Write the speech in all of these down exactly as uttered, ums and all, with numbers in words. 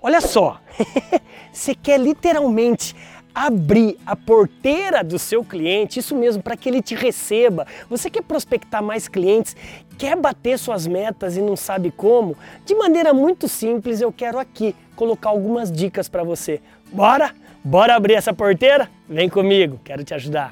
Olha só, você quer literalmente abrir a porteira do seu cliente, isso mesmo, para que ele te receba. Você quer prospectar mais clientes, quer bater suas metas e não sabe como? De maneira muito simples, eu quero aqui colocar algumas dicas para você. Bora? Bora abrir essa porteira? Vem comigo, quero te ajudar.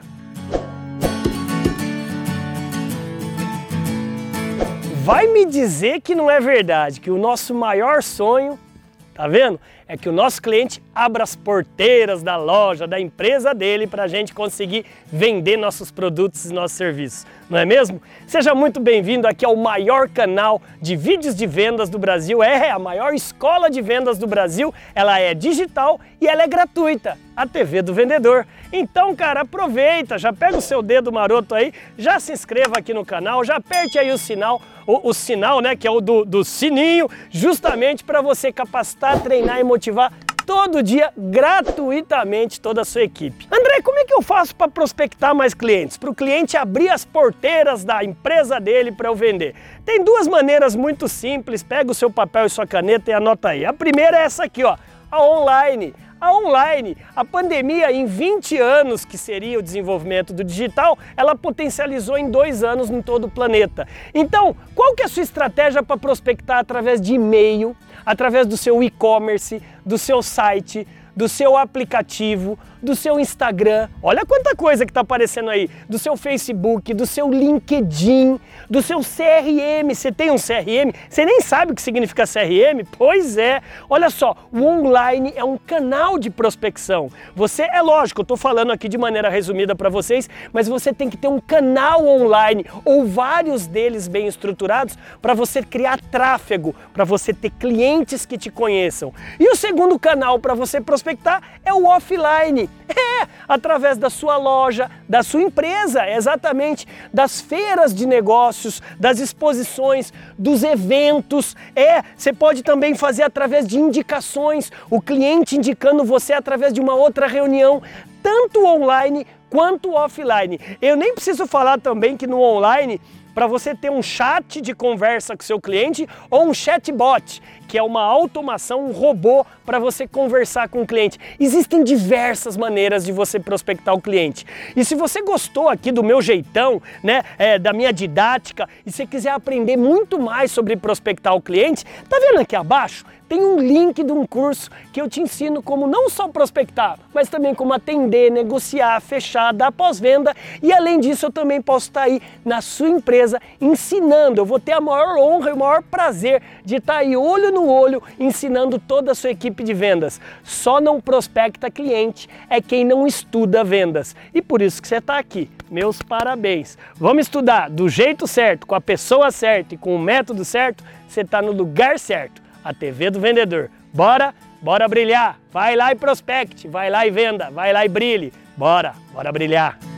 Vai me dizer que não é verdade, que o nosso maior sonho, tá vendo? É que o nosso cliente abra as porteiras da loja, da empresa dele, para a gente conseguir vender nossos produtos e nossos serviços, não é mesmo? Seja muito bem-vindo aqui ao maior canal de vídeos de vendas do Brasil, é a maior escola de vendas do Brasil, ela é digital e ela é gratuita, a T V do Vendedor. Então, cara, aproveita, já pega o seu dedo maroto aí, já se inscreva aqui no canal, já aperte aí o sinal, o, o sinal, né, que é o do, do sininho, justamente para você capacitar, treinar e motivar todo dia, gratuitamente, toda a sua equipe. André, como é que eu faço para prospectar mais clientes? Para o cliente abrir as porteiras da empresa dele para eu vender? Tem duas maneiras muito simples, pega o seu papel e sua caneta e anota aí. A primeira é essa aqui, ó, a online. A online, a pandemia em vinte anos, que seria o desenvolvimento do digital, ela potencializou em dois anos em todo o planeta. Então, qual que é a sua estratégia para prospectar através de e-mail, através do seu e-commerce, do seu site, do seu aplicativo, do seu Instagram, olha quanta coisa que está aparecendo aí, do seu Facebook, do seu LinkedIn, do seu C R M, você tem um C R M? Você nem sabe o que significa C R M? Pois é, olha só, o online é um canal de prospecção. Você, é lógico, eu estou falando aqui de maneira resumida para vocês, mas você tem que ter um canal online, ou vários deles bem estruturados, para você criar tráfego, para você ter clientes que te conheçam. E o segundo canal para você prospectar é o offline. É, através da sua loja, da sua empresa, exatamente, das feiras de negócios, das exposições, dos eventos. É, você pode também fazer através de indicações, o cliente indicando você através de uma outra reunião, tanto online quanto offline. Eu nem preciso falar também que no online, para você ter um chat de conversa com seu cliente ou um chatbot, que é uma automação, um robô para você conversar com o cliente. Existem diversas maneiras de você prospectar o cliente. E se você gostou aqui do meu jeitão, né, é, da minha didática, e você quiser aprender muito mais sobre prospectar o cliente, tá vendo aqui abaixo? Tem um link de um curso que eu te ensino como não só prospectar, mas também como atender, negociar, fechar, dar pós-venda. E além disso, eu também posso estar aí na sua empresa ensinando. Eu vou ter a maior honra e o maior prazer de estar aí olho no olho ensinando toda a sua equipe de vendas. Só não prospecta cliente é quem não estuda vendas. E por isso que você está aqui. Meus parabéns. Vamos estudar do jeito certo, com a pessoa certa e com o método certo, você está no lugar certo. A T V do Vendedor. Bora? Bora brilhar. Vai lá e prospecte, vai lá e venda, vai lá e brilhe. Bora, bora brilhar.